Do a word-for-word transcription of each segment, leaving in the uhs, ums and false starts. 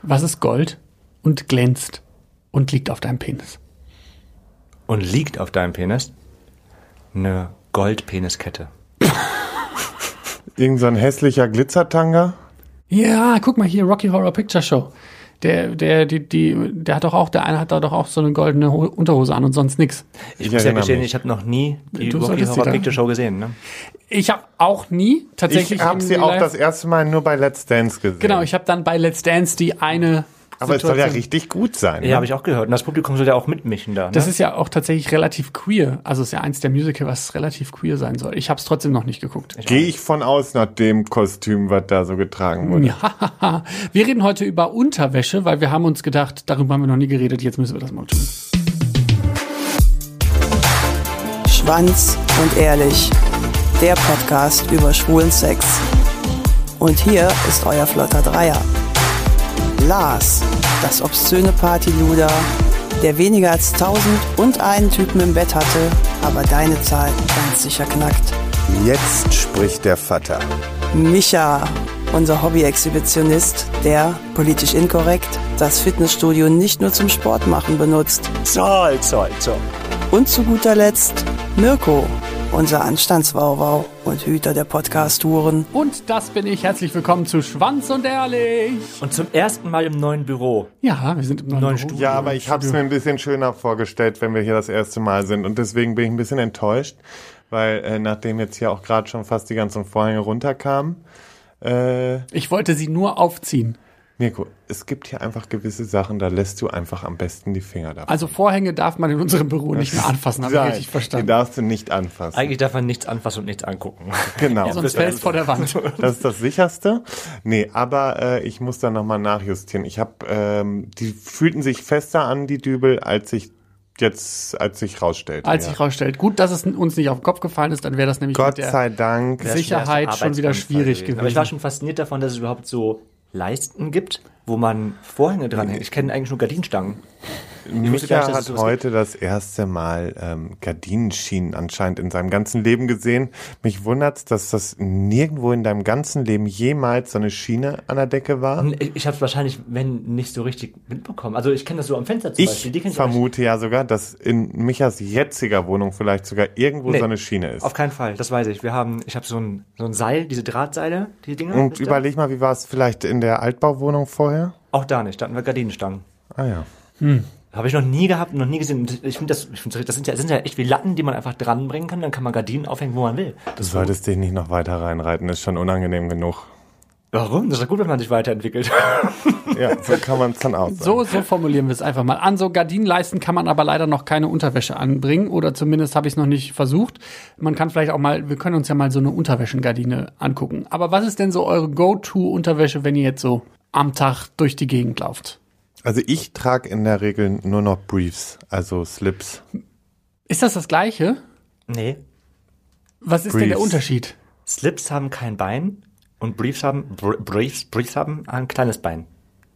Was ist Gold und glänzt und liegt auf deinem Penis? Und liegt auf deinem Penis? Eine Goldpeniskette. Irgend so ein hässlicher Glitzertanga? Ja, guck mal hier, Rocky Horror Picture Show. Der, der, die, die, der hat doch auch, der eine hat da doch auch so eine goldene Ho- Unterhose an und sonst nix. Ich, ich muss ja gestehen, mich. ich habe noch nie die Du Rocky Horror Picture Show gesehen. Ne? Ich habe auch nie tatsächlich. Ich habe sie auch das erste Mal nur bei Let's Dance gesehen. Genau, ich habe dann bei Let's Dance die eine. Aber Situation. es soll ja richtig gut sein. Ja, ne? habe ich auch gehört. Und das Publikum soll ja auch mitmischen da. Ne? Das ist ja auch tatsächlich relativ queer. Also es ist ja eins der Musical, was relativ queer sein soll. Ich habe es trotzdem noch nicht geguckt. Gehe ich von aus nach dem Kostüm, was da so getragen wurde. Ja, wir reden heute über Unterwäsche, weil wir haben uns gedacht, darüber haben wir noch nie geredet, jetzt müssen wir das mal tun. Schwanz und ehrlich, der Podcast über schwulen Sex. Und hier ist euer flotter Dreier. Lars, das obszöne Partyluder, der weniger als tausend und einen Typen im Bett hatte, aber deine Zahl ganz sicher knackt. Jetzt spricht der Vater. Micha, unser Hobby-Exhibitionist, der, politisch inkorrekt, das Fitnessstudio nicht nur zum Sport machen benutzt. Zoll, zoll, zoll. Und zu guter Letzt Mirko, unser Anstandswauwau und Hüter der Podcast-Touren. Und das bin ich. Herzlich willkommen zu Schwanz und Ehrlich. Und zum ersten Mal im neuen Büro. Ja, wir sind im neuen, neuen Büro. Studio. Ja, aber ich habe es mir ein bisschen schöner vorgestellt, wenn wir hier das erste Mal sind. Und deswegen bin ich ein bisschen enttäuscht, weil äh, nachdem jetzt hier auch gerade schon fast die ganzen Vorhänge runterkamen. Äh, Ich wollte sie nur aufziehen. Mirko, es gibt hier einfach gewisse Sachen, da lässt du einfach am besten die Finger davon. Also Vorhänge darf man in unserem Büro nicht mehr anfassen, habe ich Nein, richtig die verstanden. darfst du nicht anfassen. Eigentlich darf man nichts anfassen und nichts angucken. Genau. Sonst fällst vor der Wand. Das ist das Sicherste. Nee, aber äh, ich muss da nochmal nachjustieren. Ich habe, ähm, die fühlten sich fester an, die Dübel, als ich jetzt, als sich rausstellte. Als ja. sich rausstellt. Gut, dass es uns nicht auf den Kopf gefallen ist, dann wäre das nämlich Gott mit der sei Dank. Sicherheit schon wieder schwierig gewesen. Aber ich war schon fasziniert davon, dass es überhaupt so Leisten gibt, wo man Vorhänge dranhängt. Ich kenne eigentlich nur Gardinenstangen. Micha hat heute das erste Mal ähm, Gardinenschienen anscheinend in seinem ganzen Leben gesehen. Mich wundert's, dass das nirgendwo in deinem ganzen Leben jemals so eine Schiene an der Decke war. Ich habe es wahrscheinlich, wenn nicht so richtig mitbekommen. Also ich kenne das so am Fenster zum Ich Beispiel. Die kenn vermute ja sogar, dass in Michas jetziger Wohnung vielleicht sogar irgendwo Nee, so eine Schiene ist. Auf keinen Fall, das weiß ich. Wir haben, ich habe so ein, so ein Seil, diese Drahtseile, die Dinger. Und wisst ihr? überleg mal, wie war es vielleicht in der Altbauwohnung vorher? Auch da nicht, da hatten wir Gardinenstangen. Ah ja. Habe ich noch nie gehabt, noch nie gesehen. Und ich finde das, ich finde das sind ja, das sind ja echt wie Latten, die man einfach dranbringen kann. Dann kann man Gardinen aufhängen, wo man will. Du solltest dich nicht noch weiter reinreiten, ist schon unangenehm genug. Warum? Das ist doch gut, wenn man sich weiterentwickelt. Ja, so kann man es dann auch sagen. So, so formulieren wir es einfach mal. An so Gardinenleisten kann man aber leider noch keine Unterwäsche anbringen oder zumindest habe ich es noch nicht versucht. Man kann vielleicht auch mal, wir können uns ja mal so eine Unterwäschengardine angucken. Aber was ist denn so eure Go-To-Unterwäsche, wenn ihr jetzt so am Tag durch die Gegend lauft? Also ich trage in der Regel nur noch Briefs, also Slips. Ist das das Gleiche? Nee. Was ist denn der Briefs. Unterschied? Slips haben kein Bein und Briefs haben, Br- Briefs, Briefs haben ein kleines Bein.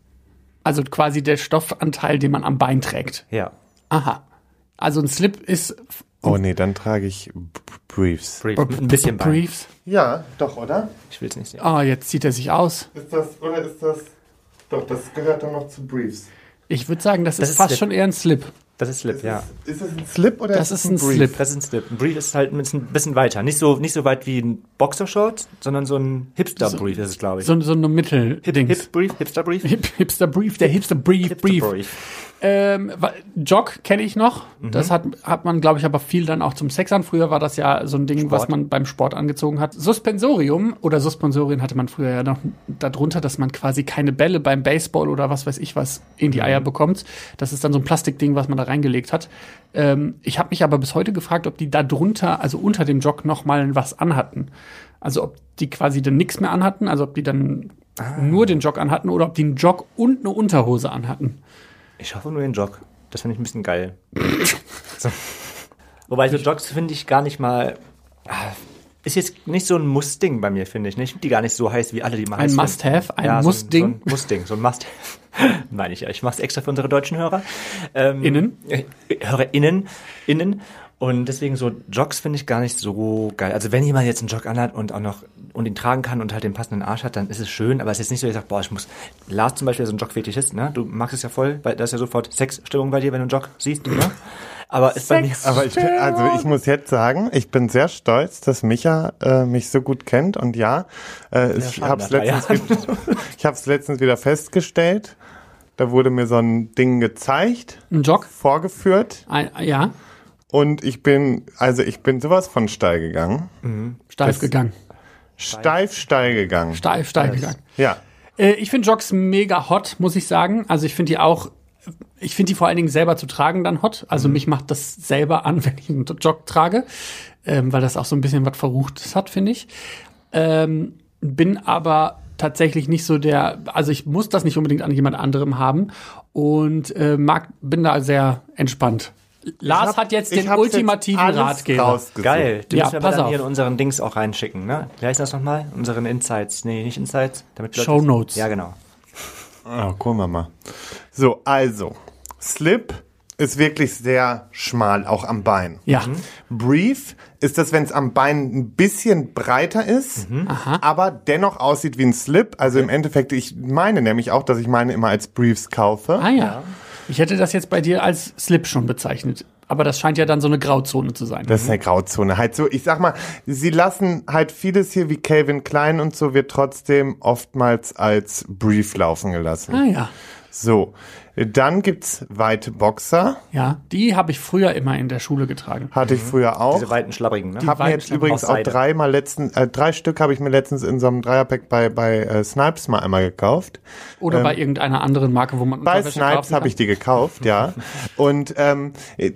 Also quasi der Stoffanteil, den man am Bein trägt. Ja. Aha. Also ein Slip ist Oh nee, dann trage ich B- Briefs. Briefs, mit ein bisschen Bein. Briefs. Ja, doch, oder? Ich will es nicht sehen. Oh, jetzt zieht er sich aus. Ist das, oder ist das, doch, das gehört doch noch zu Briefs. Ich würde sagen, das, Das ist ist fast Slip. schon eher ein Slip. Das ist Slip, ja. Ist das ein Slip oder Das ist ist es ein Brief? Slip. Das ist ein Slip. Ein Brief ist halt ein bisschen, bisschen weiter. Nicht so, nicht so weit wie ein Boxershort, sondern so ein Hipster-Brief ist es, glaube ich. So, so eine Mitteldings. Hip-Brief, Hipster-Brief? Hip, Hipster-Brief, der Hipster-Brief. Brief. Hipster-Brief. Ähm, wa- Jog kenne ich noch. Das hat, hat man, glaube ich, aber viel dann auch zum Sex an. Früher war das ja so ein Ding, Sport. was man beim Sport angezogen hat. Suspensorium oder Suspensorien hatte man früher ja noch darunter, dass man quasi keine Bälle beim Baseball oder was weiß ich was in die Eier bekommt. Das ist dann so ein Plastikding, was man da reingelegt hat. Ähm, ich habe mich aber bis heute gefragt, ob die da drunter, also unter dem Jog, noch mal was anhatten. Also ob die quasi dann nichts mehr anhatten, also ob die dann nur den Jog anhatten oder ob die einen Jog und eine Unterhose anhatten. Ich hoffe nur den Jog. Das finde ich ein bisschen geil. So. Wobei so Jogs finde ich gar nicht mal. ah, Ist jetzt nicht so ein Muss-Ding bei mir, finde ich. ne? Ich finde die gar nicht so heiß, wie alle die mal Ein heiß finden. Must-have, ein ja, Muss-Ding? So ein, so ein Muss-Ding, so ein Must-have. Meine ich ja. Ich mache es extra für unsere deutschen Hörer. Ähm, Innen? Äh, HörerInnen. Innen. Und deswegen so Jogs finde ich gar nicht so geil. Also wenn jemand jetzt einen Jog anhat und auch noch und ihn tragen kann und halt den passenden Arsch hat, dann ist es schön. Aber es ist jetzt nicht so, dass ich sage, boah, ich muss. Lars zum Beispiel, so ein Jog-Fetischist, ne? Du magst es ja voll, weil da ist ja sofort Sexstimmung bei dir, wenn du einen Jog siehst, ne? Aber ist bei mir. Aber ich, also ich muss jetzt sagen, ich bin sehr stolz, dass Micha äh, mich so gut kennt und ja, äh, ich ja, habe es letztens, ich hab's letztens wieder festgestellt. Da wurde mir so ein Ding gezeigt, ein Jog vorgeführt. Ein, ja. Und ich bin, also ich bin sowas von steil gegangen. Mhm. Steif das gegangen. Steif steil gegangen. Steif steil gegangen. Ja. Äh, ich finde Jogs mega hot, muss ich sagen. Also ich finde die auch, ich finde die vor allen Dingen selber zu tragen dann hot. Also mhm. mich macht das selber an, wenn ich einen Jog trage, ähm, weil das auch so ein bisschen was Verruchtes hat, finde ich. Ähm, bin aber tatsächlich nicht so der, also ich muss das nicht unbedingt an jemand anderem haben und äh, mag, bin da sehr entspannt. Lars hab, hat jetzt den ultimativen jetzt Ratgeber. Geil. Du ja, musst mir dann hier in unseren Dings auch reinschicken, ne? Wie heißt das nochmal? Unseren Insights. Nee, nicht Insights. Damit Show Notes. Ja, genau. Oh, gucken wir mal. So, also. Slip ist wirklich sehr schmal, auch am Bein. Ja. Mhm. Brief ist das, wenn es am Bein ein bisschen breiter ist, mhm. aber dennoch aussieht wie ein Slip. Also okay. Im Endeffekt, ich meine nämlich auch, dass ich meine immer als Briefs kaufe. Ah ja. ja. Ich hätte das jetzt bei dir als Slip schon bezeichnet. Aber das scheint ja dann so eine Grauzone zu sein. Das ist eine Grauzone. Halt so, ich sag mal, sie lassen halt vieles hier wie Calvin Klein und so wird trotzdem oftmals als Brief laufen gelassen. Ah ja. So, dann gibt's weite Boxer. Ja, die habe ich früher immer in der Schule getragen. Hatte ich früher auch. Diese weiten Schlabbrigen, ne? Die habe mir jetzt übrigens auch dreimal letztens, äh, drei Stück habe ich mir letztens in so einem Dreierpack bei bei äh, Snipes mal einmal gekauft. Oder ähm, bei irgendeiner anderen Marke, wo man bei Snipes habe ich die gekauft, ja. Und ähm,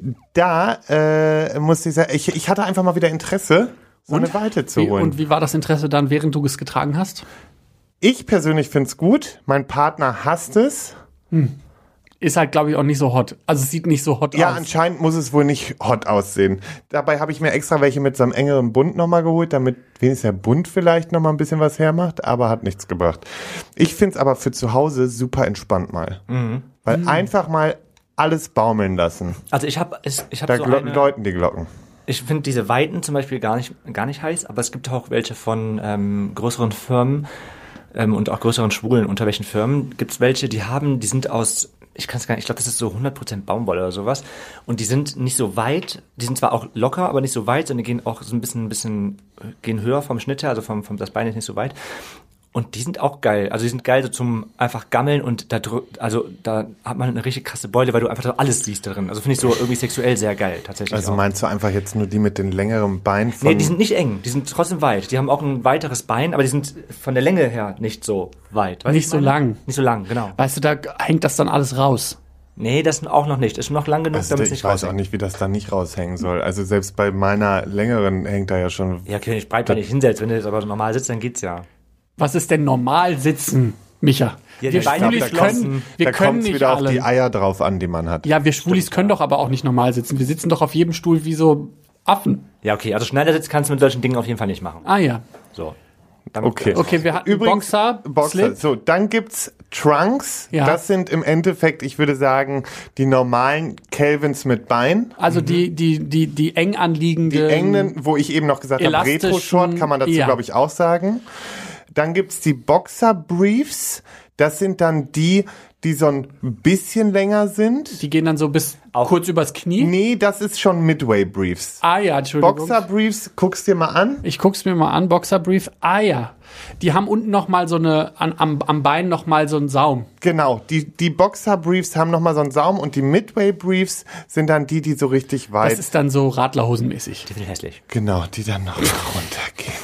da äh, musste ich sagen, ich, ich hatte einfach mal wieder Interesse, so und? eine Weite zu wie, holen. Und wie war das Interesse dann, während du es getragen hast? Ich persönlich find's gut. Mein Partner hasst es. Hm. Ist halt, glaube ich, auch nicht so hot. Also es sieht nicht so hot ja, aus. Ja, anscheinend muss es wohl nicht hot aussehen. Dabei habe ich mir extra welche mit so einem engeren Bund nochmal geholt, damit wenigstens der Bund vielleicht nochmal ein bisschen was hermacht, aber hat nichts gebracht. Ich find's aber für zu Hause super entspannt mal. Mhm. Weil mhm. einfach mal alles baumeln lassen. Also ich habe ich hab da so glo- eine... läuten die Glocken. Ich finde diese Weiten zum Beispiel gar nicht, gar nicht heiß, aber es gibt auch welche von ähm, größeren Firmen, Ähm, und auch größeren schwulen Unterwäschen Firmen gibt's welche, die haben, die sind aus, ich kann es gar nicht, ich glaube, das ist so hundert Prozent Baumwolle oder sowas und die sind nicht so weit, die sind zwar auch locker, aber nicht so weit, sondern die gehen auch so ein bisschen, ein bisschen, gehen höher vom Schnitt her, also vom, vom das Bein ist nicht so weit. Und die sind auch geil. Also die sind geil so zum einfach gammeln und da drü- also da hat man eine richtig krasse Beule, weil du einfach so alles siehst da drin. Also finde ich so irgendwie sexuell sehr geil tatsächlich. Also auch. Meinst du einfach jetzt nur die mit den längeren Beinen? Von Nee, die sind nicht eng, die sind trotzdem weit. Die haben auch ein weiteres Bein, aber die sind von der Länge her nicht so weit. Weißt nicht so lang. Nicht so lang, genau. Weißt du, da hängt das dann alles raus. Nee, das auch noch nicht. Das ist noch lang genug, also damit es nicht raushängt. Ich weiß auch nicht, wie das da nicht raushängen soll. Also selbst bei meiner längeren hängt da ja schon... Ja, okay, ich breit, wenn ich hinsetzt. Wenn du jetzt aber normal sitzt, dann geht's ja. Was ist denn normal sitzen, Micha? Ja, wir Schwulis können, wir da können nicht wieder alle. auf die Eier drauf an, die man hat. Ja, wir Schwulis können doch aber auch nicht normal sitzen. Wir sitzen doch auf jedem Stuhl wie so Affen. Ja, okay, also Schneidersitz kannst du mit solchen Dingen auf jeden Fall nicht machen. Ah ja. So. Okay. Okay, wir hatten Übrigens, Boxer, Boxer. Slip. So, dann gibt's Trunks. Ja. Das sind im Endeffekt, ich würde sagen, die normalen Calvins mit Bein. Also mhm. die, die, die, die eng anliegenden. Die engen, wo ich eben noch gesagt habe, Retro-Short kann man dazu, ja. glaube ich, auch sagen. Dann gibt's die Boxer-Briefs. Das sind dann die, die so ein bisschen länger sind. Die gehen dann so bis auch kurz übers Knie? Nee, das ist schon Midway-Briefs. Ah ja, Entschuldigung. Boxer-Briefs, guck's dir mal an. Ich guck's mir mal an, Boxer-Brief. Ah ja. Die haben unten noch mal so eine, an, am, am Bein noch mal so einen Saum. Genau, die, die Boxer-Briefs haben noch mal so einen Saum und die Midway-Briefs sind dann die, die so richtig weit... Das ist dann so Radlerhosenmäßig. Die finde ich hässlich. Genau, die dann noch runtergehen.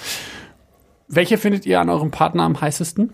Welche findet ihr an eurem Partner am heißesten?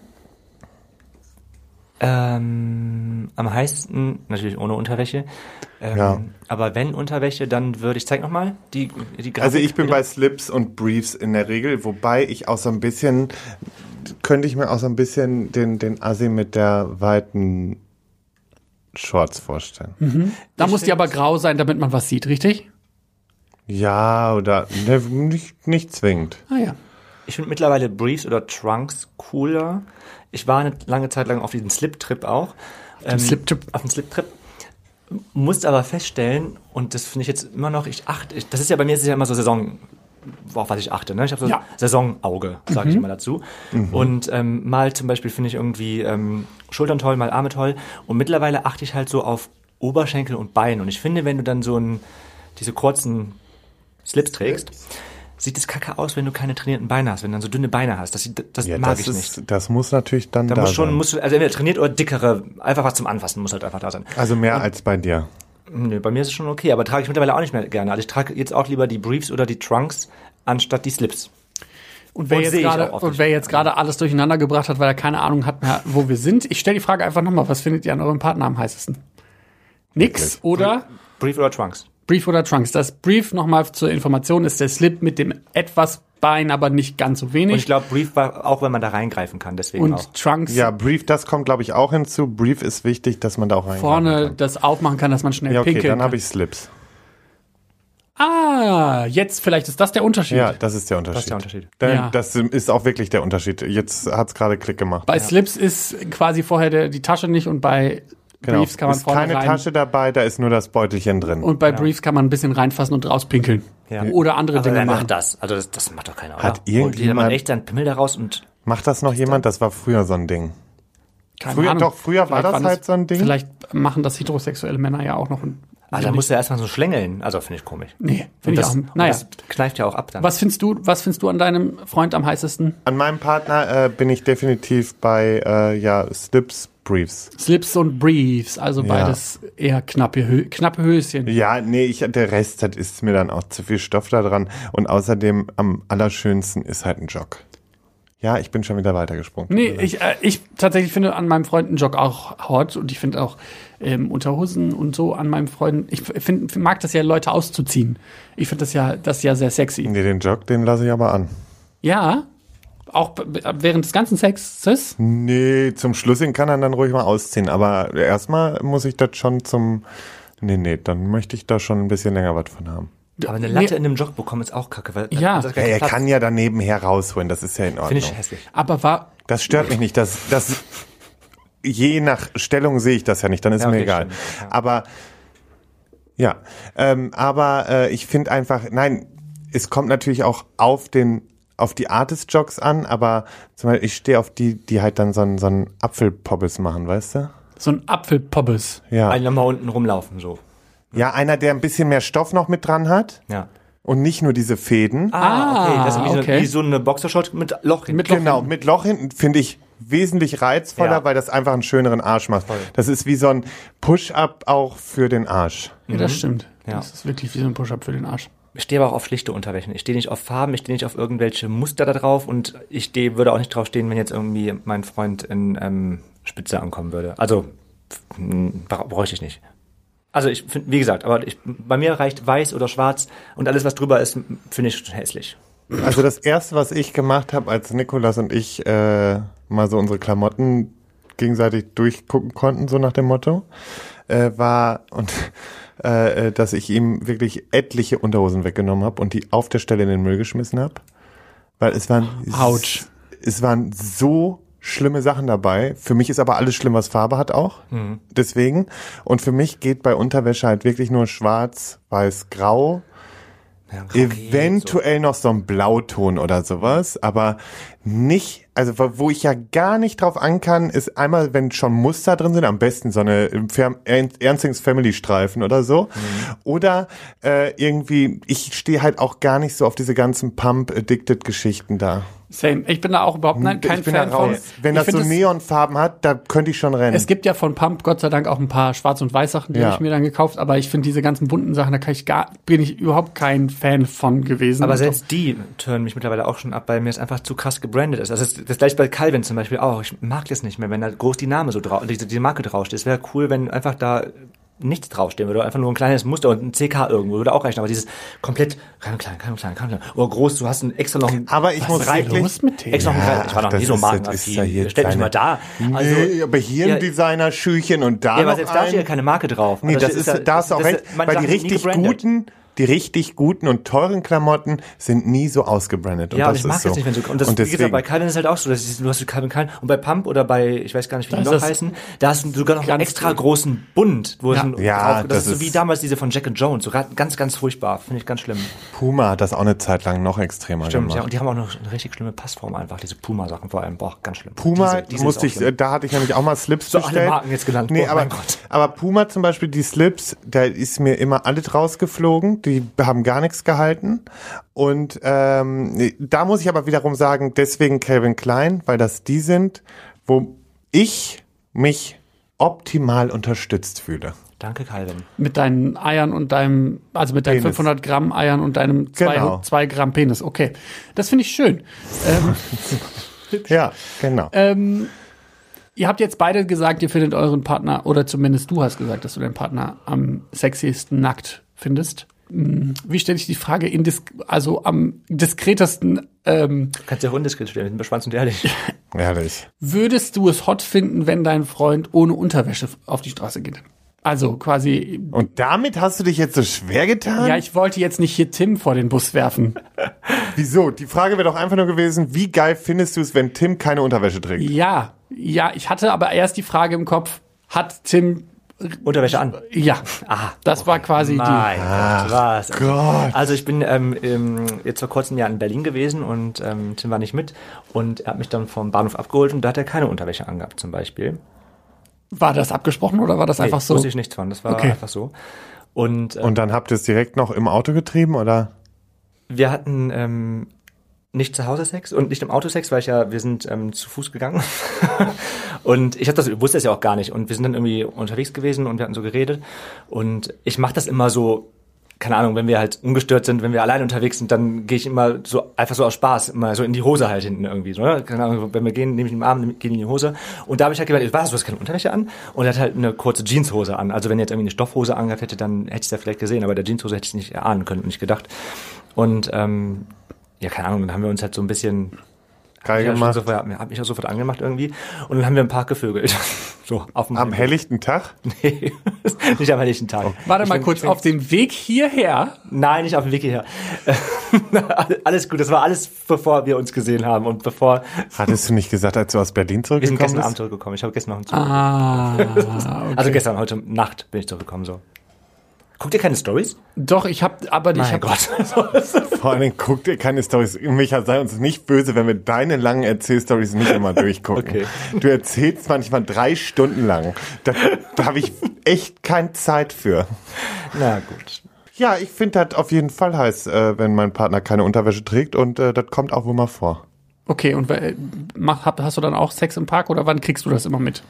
Ähm, am heißesten, natürlich ohne Unterwäsche. Ähm, ja. Aber wenn Unterwäsche, dann würde ich, zeig nochmal, die, die Grafik. Also ich bin wieder. bei Slips und Briefs in der Regel, wobei ich auch so ein bisschen, könnte ich mir auch so ein bisschen den, den Assi mit der weiten Shorts vorstellen. Mhm. Da ich muss die aber grau sein, damit man was sieht, richtig? Ja, oder ne, nicht, nicht zwingend. Ah ja. Ich finde mittlerweile Briefs oder Trunks cooler. Ich war eine lange Zeit lang auf diesen Slip-Trip auch. Ähm, Slip-Trip? Auf dem Slip-Trip. musste aber feststellen, und das finde ich jetzt immer noch, ich achte, ich, das ist ja bei mir ist es ja immer so Saison, auf was ich achte, ne? Ich habe so ja. Saisonauge, sage mhm. ich immer dazu. Mhm. Und ähm, mal zum Beispiel finde ich irgendwie ähm, Schultern toll, mal Arme toll. Und mittlerweile achte ich halt so auf Oberschenkel und Bein. Und ich finde, wenn du dann so ein, diese kurzen Slips trägst, sieht es kacke aus, wenn du keine trainierten Beine hast, wenn du dann so dünne Beine hast. Das, das ja, mag das ich ist, nicht. Das muss natürlich dann da, da muss schon, sein. Musst du, also entweder trainiert oder dickere, einfach was zum Anfassen muss halt einfach da sein. Also mehr und, als bei dir. Nö, bei mir ist es schon okay, aber trage ich mittlerweile auch nicht mehr gerne. Also ich trage jetzt auch lieber die Briefs oder die Trunks anstatt die Slips. Und wer, und jetzt grade, und wer jetzt gerade alles durcheinander gebracht hat, weil er keine Ahnung hat mehr, wo wir sind, ich stelle die Frage einfach nochmal, was findet ihr an eurem Partner am heißesten? Nix oder? Brief oder Trunks. Brief oder Trunks. Das Brief, nochmal zur Information, ist der Slip mit dem etwas Bein, aber nicht ganz so wenig. Und ich glaube, Brief war auch, wenn man da reingreifen kann, deswegen und auch. Trunks. Ja, Brief, das kommt, glaube ich, auch hinzu. Brief ist wichtig, dass man da auch reingreifen vorne kann. Vorne das aufmachen kann, dass man schnell ja, okay, pinkeln kann. dann habe ich Slips. Ah, jetzt vielleicht ist das der Unterschied. Ja, das ist der Unterschied. Das ist, der Unterschied. Denn ja. das ist auch wirklich der Unterschied. Jetzt hat's gerade Klick gemacht. Bei ja. Slips ist quasi vorher der, die Tasche nicht und bei genau. Briefs kann man ist vorne keine rein. Tasche dabei, da ist nur das Beutelchen drin. Und bei ja. Briefs kann man ein bisschen reinfassen und rauspinkeln. Ja. Oder andere aber Dinge wer machen. macht das? Also das, das macht doch keiner, oder? Hat irgendjemand man echt seinen Pimmel da raus und... Macht das noch jemand? Das war früher so ein Ding. Keine früher, Ahnung. Doch, früher war das halt so ein Ding. Vielleicht machen das heterosexuelle Männer ja auch noch. Ein, also da musst du ja erstmal so schlängeln. Also finde ich komisch. Nee, finde ich auch. Naja. Das kneift ja auch ab dann. Was findest du, was findest du an deinem Freund am heißesten? An meinem Partner äh, bin ich definitiv bei äh, ja, Slips, Briefs. Slips und Briefs, also ja. beides eher knappe, Hö- knappe Höschen. Ja, nee, ich, der Rest, das ist mir dann auch zu viel Stoff da dran. Und außerdem am allerschönsten ist halt ein Jog. Ja, ich bin schon wieder weitergesprungen. Nee, ich, äh, ich tatsächlich finde an meinem Freund einen Jog auch hot und ich finde auch ähm, Unterhosen und so an meinem Freund. Ich find, mag das ja, Leute auszuziehen. Ich finde das ja, das ja sehr sexy. Nee, den Jog, den lasse ich aber an. Ja, auch während des ganzen Sexes? Nee, zum Schluss hin kann er dann ruhig mal ausziehen. Aber erstmal muss ich das schon zum... Nee, nee, dann möchte ich da schon ein bisschen länger was von haben. Aber eine Latte nee. in einem Jog bekommen ist auch kacke. Weil ja, ja er kann ja daneben her rausholen, das ist ja in Ordnung. Finde ich hässlich. Aber war... Das stört mich nicht, das, das je nach Stellung sehe ich das ja nicht, dann ist ja, okay, mir egal. Ja. Aber ja, ähm, aber äh, ich finde einfach, nein, es kommt natürlich auch auf den auf die Art des Jogs an, aber zum Beispiel, ich stehe auf die, die halt dann so einen, so einen Apfelpobbes machen, weißt du? So ein Apfelpobbes. Ja. Einer mal unten rumlaufen, so. Ja, einer, der ein bisschen mehr Stoff noch mit dran hat. Ja. Und nicht nur diese Fäden. Ah, okay. Das ist wie, okay. so, wie so eine Boxershort mit Loch hinten. Mit Loch genau, hinten. mit Loch hinten finde ich wesentlich reizvoller, ja. weil das einfach einen schöneren Arsch macht. Voll. Das ist wie so ein Push-Up auch für den Arsch. Ja, das stimmt. Ja. Das ist wirklich wie so ein Push-Up für den Arsch. Ich stehe aber auch auf schlichte Unterwäsche. Ich stehe nicht auf Farben, ich stehe nicht auf irgendwelche Muster da drauf und ich stehe, würde auch nicht drauf stehen, wenn jetzt irgendwie mein Freund in ähm, Spitze ankommen würde. Also bra- bräuchte ich nicht. Also ich finde, wie gesagt, aber ich, bei mir reicht weiß oder schwarz und alles, was drüber ist, finde ich hässlich. Also das Erste, was ich gemacht habe, als Nikolas und ich äh, mal so unsere Klamotten gegenseitig durchgucken konnten, so nach dem Motto, äh, war und äh, dass ich ihm wirklich etliche Unterhosen weggenommen habe und die auf der Stelle in den Müll geschmissen habe, weil es waren Autsch. Es waren so schlimme Sachen dabei. Für mich ist aber alles schlimm, was Farbe hat auch. Mhm. Deswegen. Und für mich geht bei Unterwäsche halt wirklich nur schwarz, weiß, grau. Ja, okay, eventuell so. Noch so ein Blauton oder sowas, aber nicht, also wo ich ja gar nicht drauf an kann, ist einmal, wenn schon Muster drin sind, am besten so eine Ernstings Family Streifen oder so, mhm. oder äh, irgendwie, ich stehe halt auch gar nicht so auf diese ganzen Pump-Addicted-Geschichten da. Same. Ich bin da auch überhaupt nein, kein Fan von. Wenn das so Neonfarben hat, da könnte ich schon rennen. Es gibt ja von Pump Gott sei Dank auch ein paar Schwarz- und Weiß-Sachen, die ja. habe ich mir dann gekauft, aber ich finde diese ganzen bunten Sachen, da kann ich gar, bin ich überhaupt kein Fan von gewesen. Aber selbst die turnen mich mittlerweile auch schon ab, weil mir es einfach zu krass gebrandet ist. Also das, das gleiche bei Calvin zum Beispiel auch. Ich mag das nicht mehr, wenn da groß die Name so drauf, diese, diese Marke draufsteht. Es wäre cool, wenn einfach da nichts draufstehen würde, einfach nur ein kleines Muster und ein C K irgendwo würde auch reichen, aber dieses komplett klein, klein, klein, klein, klein, oder groß, du hast ein extra noch ein, aber ich muss wirklich los mit dem? Extra noch ja, ein, ich war noch nie so markenaffin, stell dich mal da. Also, nee, aber hier ein ja, Designer-Schüchen und da ja, noch aber selbst da steht ja keine Marke drauf. Nee, das, das ist, ist, da hast du auch recht, weil die richtig guten, die richtig guten und teuren Klamotten sind nie so ausgebrandet. Und ja, das und ich mag ist das so. nicht, wenn so, und das, und wie gesagt, bei Calvin ist halt auch so, dass du hast Calvin Klein und bei Pump oder bei, ich weiß gar nicht, wie die noch heißen, da hast du sogar noch einen extra cool. großen Bund, wo ja. es ein, ja, drauf, das, das ist so wie damals diese von Jack and Jones, sogar ganz, ganz furchtbar, finde ich ganz schlimm. Puma hat das auch eine Zeit lang noch extremer Stimmt, gemacht. ja, und die haben auch noch eine richtig schlimme Passform einfach, diese Puma-Sachen vor allem, boah, ganz schlimm. Puma, diese, diese musste ich, schlimm. da hatte ich nämlich auch mal Slips so bestellt. alle Marken jetzt genannt. Nee, oh, aber, aber Puma zum Beispiel, die Slips, da ist mir immer alles rausgeflogen, die haben gar nichts gehalten. Und ähm, da muss ich aber wiederum sagen, deswegen Calvin Klein, weil das die sind, wo ich mich optimal unterstützt fühle. Danke, Calvin. Mit deinen Eiern und deinem, also mit deinen Penis. fünfhundert Gramm Eiern und deinem zwei, genau. zwei Gramm Penis. Okay, das finde ich schön. Ähm, ja, genau. Ähm, ihr habt jetzt beide gesagt, ihr findet euren Partner, oder zumindest du hast gesagt, dass du deinen Partner am sexiesten nackt findest. Wie stelle ich die Frage, indis- also am diskretesten? Ähm, du kannst ja auch undiskret stellen, ich bin beschwanzt und ehrlich. Ehrlich. Würdest du es hot finden, wenn dein Freund ohne Unterwäsche auf die Straße geht? Also quasi. Und damit hast du dich jetzt so schwer getan? Ja, ich wollte jetzt nicht hier Tim vor den Bus werfen. Wieso? Die Frage wäre doch einfach nur gewesen, wie geil findest du es, wenn Tim keine Unterwäsche trägt? Ja, ja, ich hatte aber erst die Frage im Kopf, hat Tim Unterwäsche an? Ja, ah, das war quasi mein die. Ach, Gott, was? Gott. Also ich bin ähm, ähm, jetzt vor kurzem ja in Berlin gewesen und ähm, Tim war nicht mit und er hat mich dann vom Bahnhof abgeholt und da hat er keine Unterwäsche angehabt zum Beispiel. War das abgesprochen oder war das nee, einfach so? Wusste ich nichts von, das war okay. einfach so. Und, ähm, und dann habt ihr es direkt noch im Auto getrieben, oder? Wir hatten ähm, nicht zu Hause Sex und nicht im Auto Sex, weil ich ja, wir sind ähm, zu Fuß gegangen und ich hab das, wusste das ja auch gar nicht und wir sind dann irgendwie unterwegs gewesen und wir hatten so geredet und ich mache das immer so, keine Ahnung, wenn wir halt ungestört sind, wenn wir allein unterwegs sind, dann gehe ich immer so, einfach so aus Spaß, immer so in die Hose halt hinten irgendwie, so, ne? Keine Ahnung, wenn wir gehen, nehme ich ihn im Arm, gehe in die Hose und da habe ich halt gemerkt, was, du hast keine Unterwäsche an? Und er hat halt eine kurze Jeanshose an, also wenn er jetzt irgendwie eine Stoffhose angehabt hätte, dann hätte ich es ja vielleicht gesehen, aber der Jeanshose hätte ich es nicht erahnen können und nicht gedacht und ähm, ja, keine Ahnung, dann haben wir uns halt so ein bisschen geil hab gemacht. Ich ja sofort, hab mich ja sofort angemacht irgendwie und dann haben wir im Park gevögelt. so, auf dem am helllichten Tag? Nee, nicht am helllichten Tag. Okay. Warte ich mal bin, kurz, bin, auf dem Weg hierher? Nein, nicht auf dem Weg hierher. Alles gut, das war alles, bevor wir uns gesehen haben und bevor... Hattest du nicht gesagt, als du aus Berlin zurückgekommen bist? Wir sind gestern Abend zurückgekommen, ich habe gestern noch einen Zug. Ah, okay. Also gestern, heute Nacht bin ich zurückgekommen, so. Guckt ihr keine Stories? Doch, ich hab, aber mein ich hab, Gott. Vor allen Dingen guckt ihr keine Stories. Micha, sei uns nicht böse, wenn wir deine langen Erzählstories nicht immer durchgucken. Okay. Du erzählst manchmal drei Stunden lang. Da, da habe ich echt keine Zeit für. Na gut. Ja, ich finde das auf jeden Fall heiß, äh, wenn mein Partner keine Unterwäsche trägt und äh, das kommt auch wohl mal vor. Okay, und äh, mach, hast du dann auch Sex im Park oder wann kriegst du das immer mit?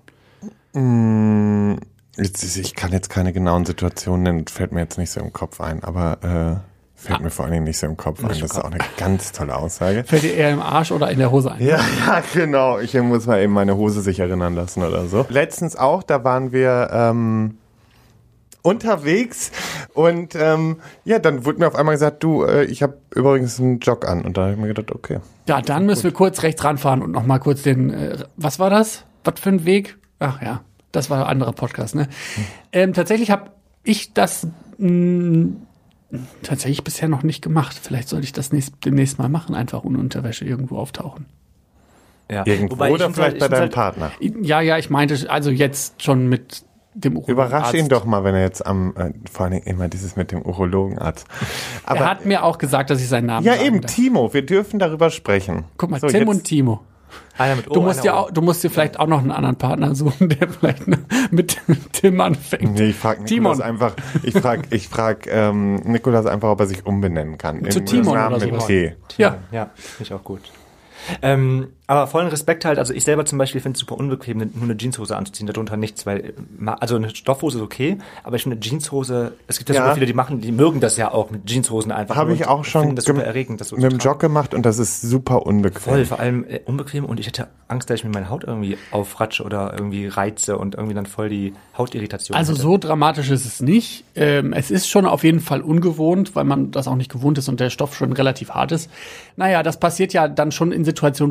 Mmh. Jetzt, ich kann jetzt keine genauen Situationen nennen, fällt mir jetzt nicht so im Kopf ein, aber äh, fällt ah. mir vor allen Dingen nicht so im Kopf ein. Das ist auch eine ganz tolle Aussage. Fällt dir eher im Arsch oder in der Hose ein? Ja, ja, genau. Ich muss mal eben meine Hose sich erinnern lassen oder so. Letztens auch, da waren wir ähm, unterwegs und ähm, ja, dann wurde mir auf einmal gesagt, du, äh, ich habe übrigens einen Jog an. Und da habe ich mir gedacht, okay. Ja, dann müssen wir kurz rechts ranfahren und nochmal kurz den, äh, was war das? Was für ein Weg? Ach ja. Das war ein anderer Podcast, ne? Hm. Ähm, tatsächlich habe ich das mh, tatsächlich bisher noch nicht gemacht. Vielleicht sollte ich das nächst, demnächst mal machen, einfach ohne Unterwäsche irgendwo auftauchen. Ja. Irgendwo Wobei oder vielleicht halt, bei deinem halt, Partner? Ja, ja, ich meinte, also jetzt schon mit dem Urologen. Überrasch ihn doch mal, wenn er jetzt am, äh, vor allem immer dieses mit dem Urologenarzt. Aber er hat mir auch gesagt, dass ich seinen Namen Ja, sagen eben, darf. Timo, wir dürfen darüber sprechen. Guck mal, so, Tim jetzt. und Timo. Einer mit o, du musst einer ja auch, du musst dir vielleicht auch noch einen anderen Partner suchen, der vielleicht mit Tim anfängt. Nee, ich frage Nikolas einfach, ich frage ich frag, ähm, Nikolas einfach, ob er sich umbenennen kann. Zu Timon oder so. Mit T. Ja, ja, finde ich auch gut. Ähm, aber vollen Respekt halt, also ich selber zum Beispiel finde es super unbequem, nur eine Jeanshose anzuziehen, darunter nichts, weil, also eine Stoffhose ist okay, aber ich finde eine Jeanshose, es gibt ja, ja super viele, die machen, die mögen das ja auch mit Jeanshosen einfach. Habe ich auch schon das super erregend, das so mit dem Jog gemacht und das ist super unbequem. Voll, vor allem äh, unbequem und ich hätte Angst, dass ich mir meine Haut irgendwie aufratsche oder irgendwie reize und irgendwie dann voll die Hautirritation Also hätte. so dramatisch ist es nicht. Ähm, es ist schon auf jeden Fall ungewohnt, weil man das auch nicht gewohnt ist und der Stoff schon relativ hart ist. Naja, das passiert ja dann schon in Situationen, wo man eher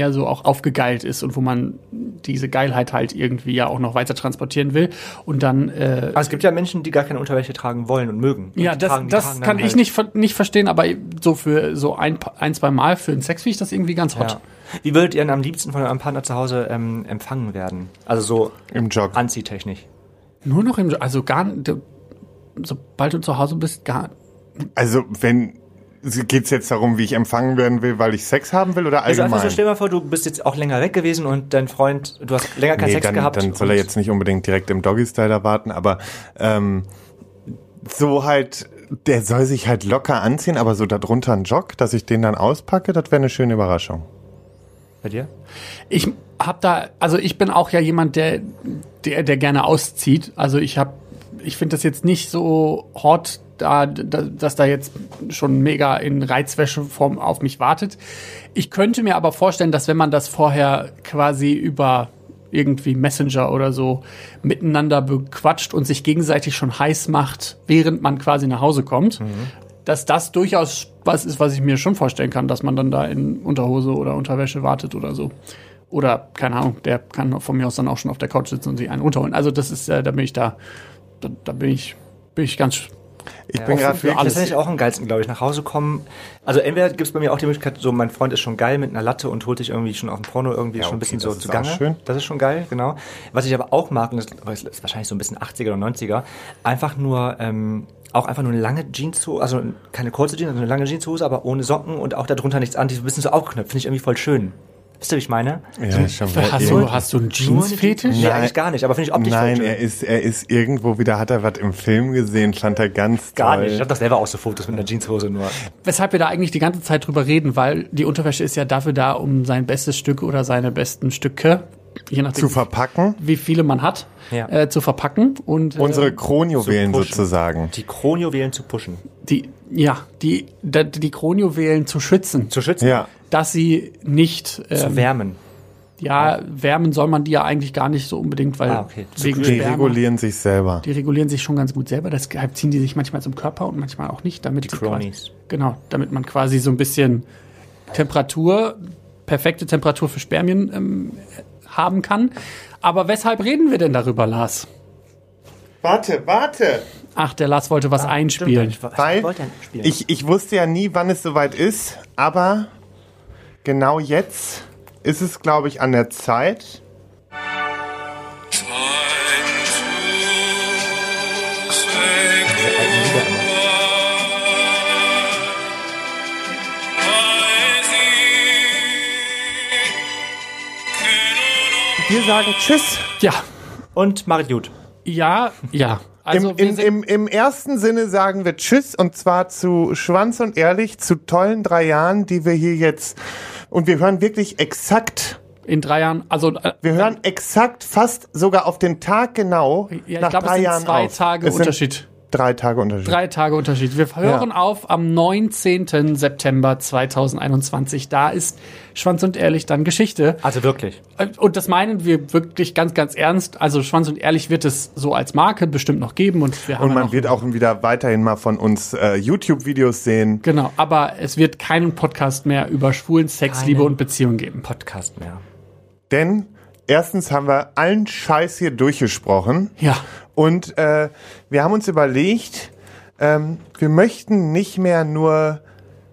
eher so auch aufgegeilt ist und wo man diese Geilheit halt irgendwie ja auch noch weiter transportieren will. Und dann. Äh, aber es gibt ja Menschen, die gar keine Unterwäsche tragen wollen und mögen. Ja, und das, tragen, das kann ich halt nicht, nicht verstehen, aber so für so ein, ein zwei Mal für den Sex finde ich das irgendwie ganz hot. Ja. Wie würdet ihr denn am liebsten von eurem Partner zu Hause ähm, empfangen werden? Also so im Jog. Anziehtechnisch. Nur noch im Jog, also gar nicht, sobald du zu Hause bist, gar. Also wenn, geht's jetzt darum, wie ich empfangen werden will, weil ich Sex haben will oder allgemein? Also einfach so, stell dir mal vor, du bist jetzt auch länger weg gewesen und dein Freund, du hast länger keinen nee, Sex dann, gehabt. Dann soll er jetzt nicht unbedingt direkt im Doggy-Style erwarten, aber ähm, so halt, der soll sich halt locker anziehen, aber so darunter ein Jog, dass ich den dann auspacke, das wäre eine schöne Überraschung. Bei dir? Ich hab da, also ich bin auch ja jemand, der, der, der gerne auszieht. Also ich hab, ich finde das jetzt nicht so hot, da, da, dass da jetzt schon mega in Reizwäscheform auf mich wartet. Ich könnte mir aber vorstellen, dass wenn man das vorher quasi über irgendwie Messenger oder so miteinander bequatscht und sich gegenseitig schon heiß macht, während man quasi nach Hause kommt, mhm. dass das durchaus was ist, was ich mir schon vorstellen kann, dass man dann da in Unterhose oder Unterwäsche wartet oder so. Oder, keine Ahnung, der kann von mir aus dann auch schon auf der Couch sitzen und sich einen runterholen. Also das ist, äh, da bin ich da, da, da bin ich, bin ich ganz Ich ja, bin gerade für alles. Das finde ich auch am geilsten, glaube ich, nach Hause kommen. Also entweder gibt es bei mir auch die Möglichkeit, so mein Freund ist schon geil mit einer Latte und holt dich irgendwie schon auf dem Porno irgendwie ja, schon ein bisschen so zugange. Schön. Das ist schon geil, genau. Was ich aber auch mag, und das ist wahrscheinlich so ein bisschen achtziger oder neunziger, einfach nur, ähm, auch einfach nur eine lange Jeanshose, also keine kurze Jeans, sondern eine lange Jeanshose, aber ohne Socken und auch darunter nichts an, die so ein bisschen so aufknöpft, finde ich irgendwie voll schön. Wisst ihr, wie ich meine? Ja, so, schon hast, du, hast du einen Jeans-Fetisch? Nee, eigentlich gar nicht, aber finde ich optisch Nein, voll schön. er ist, er ist irgendwo wieder, hat er was im Film gesehen, fand er ganz Gar toll. nicht, ich habe doch selber auch so Fotos mit einer Jeanshose nur. Weshalb wir da eigentlich die ganze Zeit drüber reden, weil die Unterwäsche ist ja dafür da, um sein bestes Stück oder seine besten Stücke, je nachdem, zu verpacken, wie viele man hat, ja. äh, zu verpacken und äh, unsere Kronjuwelen sozusagen. Die Kronjuwelen zu pushen. Die, ja, die, die, die Kronjuwelen zu schützen. Zu schützen? Ja. Dass sie nicht ähm, zu wärmen. Ja, ja, wärmen soll man die ja eigentlich gar nicht so unbedingt, weil ah, okay. wegen Die Sperma, regulieren sich selber. Die regulieren sich schon ganz gut selber. Deshalb ziehen die sich manchmal zum Körper und manchmal auch nicht, damit die sie Cronies. Quasi, genau, damit man quasi so ein bisschen Temperatur, perfekte Temperatur für Spermien ähm, haben kann. Aber weshalb reden wir denn darüber, Lars? Warte, warte. Ach, der Lars wollte was ah, einspielen. Stimmt, weil ich, ich, ich wusste ja nie, wann es soweit ist, aber genau jetzt ist es, glaube ich, an der Zeit. Wir sagen Tschüss. Ja. Und macht gut. Ja, ja. Also Im, im, im, Im ersten Sinne sagen wir Tschüss und zwar zu Schwanz und Ehrlich, zu tollen drei Jahren, die wir hier jetzt, und wir hören wirklich exakt in drei Jahren, also äh, wir hören exakt fast sogar auf den Tag genau ja, nach glaub, drei es sind Jahren zwei auf. Tage es Unterschied. Sind drei Tage Unterschied. Drei Tage Unterschied. Wir hören ja. auf am neunzehnten September zweitausendeinundzwanzig. Da ist Schwanz und Ehrlich dann Geschichte. Also wirklich. Und das meinen wir wirklich ganz, ganz ernst. Also Schwanz und Ehrlich wird es so als Marke bestimmt noch geben. Und, wir haben und man auch wird auch wieder weiterhin mal von uns äh, YouTube-Videos sehen. Genau, aber es wird keinen Podcast mehr über schwulen Sex, keinen Liebe und Beziehung geben. Podcast mehr. Denn erstens haben wir allen Scheiß hier durchgesprochen. Ja. Und äh, wir haben uns überlegt, ähm, wir möchten nicht mehr nur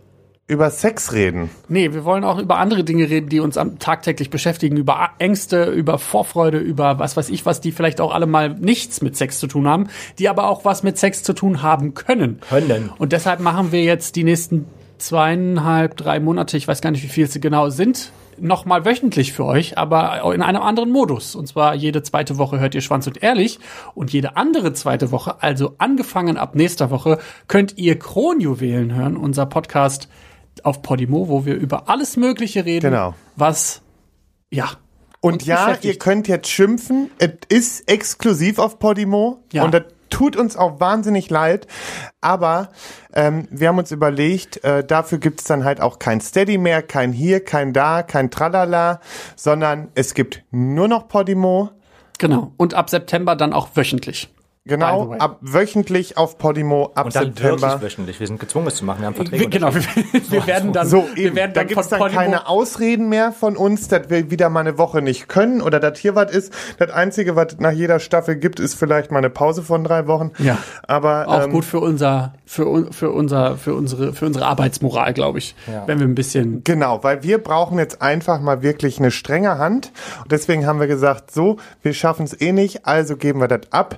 über Sex reden. Nee, wir wollen auch über andere Dinge reden, die uns am tagtäglich beschäftigen. Über Ängste, über Vorfreude, über was weiß ich was, die vielleicht auch alle mal nichts mit Sex zu tun haben, die aber auch was mit Sex zu tun haben können. Können. Und deshalb machen wir jetzt die nächsten zweieinhalb, drei Monate, ich weiß gar nicht, wie viel sie genau sind, nochmal wöchentlich für euch, aber in einem anderen Modus. Und zwar jede zweite Woche hört ihr Schwanz und Ehrlich und jede andere zweite Woche, also angefangen ab nächster Woche, könnt ihr Kronjuwelen hören, unser Podcast auf Podimo, wo wir über alles Mögliche reden, genau. was, ja. Und ja, ihr könnt jetzt schimpfen, es ist exklusiv auf Podimo ja. und das tut uns auch wahnsinnig leid, aber ähm, wir haben uns überlegt, äh, dafür gibt's dann halt auch kein Steady mehr, kein hier, kein da, kein Tralala, sondern es gibt nur noch Podimo. Genau, und ab September dann auch wöchentlich. Genau, ab wöchentlich auf Podimo ab und dann September. Wirklich wöchentlich. Wir sind gezwungen, es zu machen. Wir haben Verträge. Wir, genau, wir, wir werden dann, so, wir werden da dann gibt's dann Podimo keine Ausreden mehr von uns, dass wir wieder mal eine Woche nicht können oder dass hier was ist. Das Einzige, was nach jeder Staffel gibt, ist vielleicht mal eine Pause von drei Wochen. Ja, aber auch ähm, gut für unser, für, für unser, für unsere, für unsere Arbeitsmoral, glaube ich, ja. wenn wir ein bisschen. Genau, weil wir brauchen jetzt einfach mal wirklich eine strenge Hand. Und deswegen haben wir gesagt, so, wir schaffen es eh nicht, also geben wir das ab.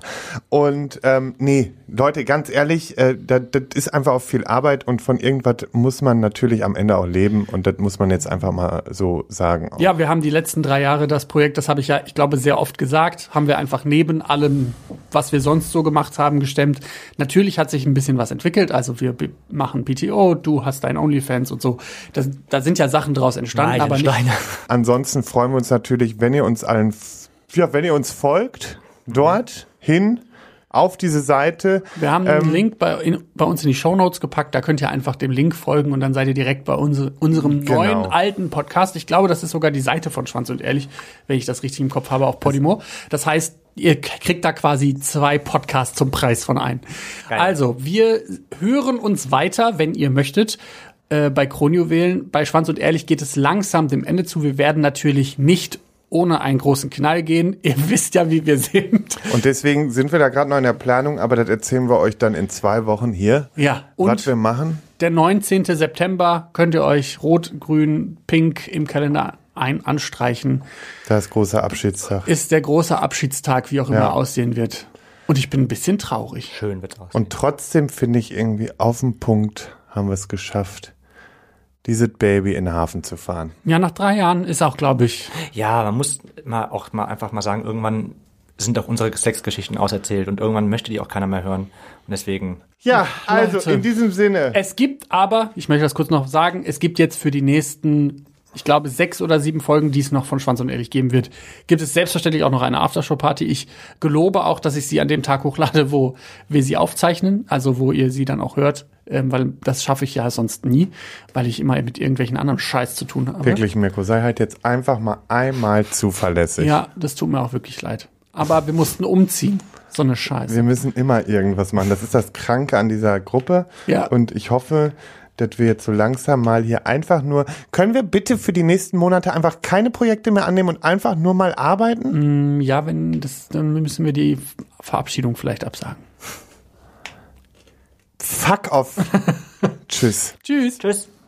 Und ähm, nee, Leute, ganz ehrlich, äh, das, das ist einfach auch viel Arbeit und von irgendwas muss man natürlich am Ende auch leben und das muss man jetzt einfach mal so sagen. Auch. Ja, wir haben die letzten drei Jahre das Projekt, das habe ich ja, ich glaube, sehr oft gesagt, haben wir einfach neben allem, was wir sonst so gemacht haben, gestemmt. Natürlich hat sich ein bisschen was entwickelt, also wir b- machen P T O, du hast dein OnlyFans und so. Das, da sind ja Sachen draus entstanden, aber nicht. Ansonsten freuen wir uns natürlich, wenn ihr uns allen, ja, wenn ihr uns folgt, dort hin auf diese Seite. Wir haben einen ähm, Link bei, in, bei uns in die Shownotes gepackt, da könnt ihr einfach dem Link folgen und dann seid ihr direkt bei uns, unserem genau. neuen, alten Podcast. Ich glaube, das ist sogar die Seite von Schwanz und Ehrlich, wenn ich das richtig im Kopf habe, auch Podimo. Das heißt, ihr kriegt da quasi zwei Podcasts zum Preis von einem. Geil. Also, wir hören uns weiter, wenn ihr möchtet, äh, bei Kronjuwelen. Bei Schwanz und Ehrlich geht es langsam dem Ende zu. Wir werden natürlich nicht ohne einen großen Knall gehen. Ihr wisst ja, wie wir sind. Und deswegen sind wir da gerade noch in der Planung, aber das erzählen wir euch dann in zwei Wochen hier. Ja. Und was wir machen. Der neunzehnten September könnt ihr euch rot, grün, pink im Kalender ein anstreichen. Das ist großer Abschiedstag. Ist der große Abschiedstag, wie auch immer ja. aussehen wird. Und ich bin ein bisschen traurig. Schön wird aussehen. Und trotzdem finde ich irgendwie auf den Punkt haben wir es geschafft, dieses Baby in den Hafen zu fahren. Ja, nach drei Jahren ist auch, glaube ich. Ja, man muss mal auch mal einfach mal sagen, irgendwann sind auch unsere Sexgeschichten auserzählt und irgendwann möchte die auch keiner mehr hören. Und deswegen. Ja, also Leute, in diesem Sinne. Es gibt aber, ich möchte das kurz noch sagen, es gibt jetzt für die nächsten, ich glaube, sechs oder sieben Folgen, die es noch von Schwanz und Ehrlich geben wird, gibt es selbstverständlich auch noch eine Aftershow-Party. Ich gelobe auch, dass ich sie an dem Tag hochlade, wo wir sie aufzeichnen, also wo ihr sie dann auch hört. Ähm, weil das schaffe ich ja sonst nie, weil ich immer mit irgendwelchen anderen Scheiß zu tun habe. Wirklich, Mirko, sei halt jetzt einfach mal einmal zuverlässig. Ja, das tut mir auch wirklich leid. Aber wir mussten umziehen. So eine Scheiße. Wir müssen immer irgendwas machen. Das ist das Kranke an dieser Gruppe. Ja. Und ich hoffe, dass wir jetzt so langsam mal hier einfach nur, können wir bitte für die nächsten Monate einfach keine Projekte mehr annehmen und einfach nur mal arbeiten? Mm, ja, wenn das, dann müssen wir die Verabschiedung vielleicht absagen. Fuck off. Tschüss. Tschüss. Tschüss.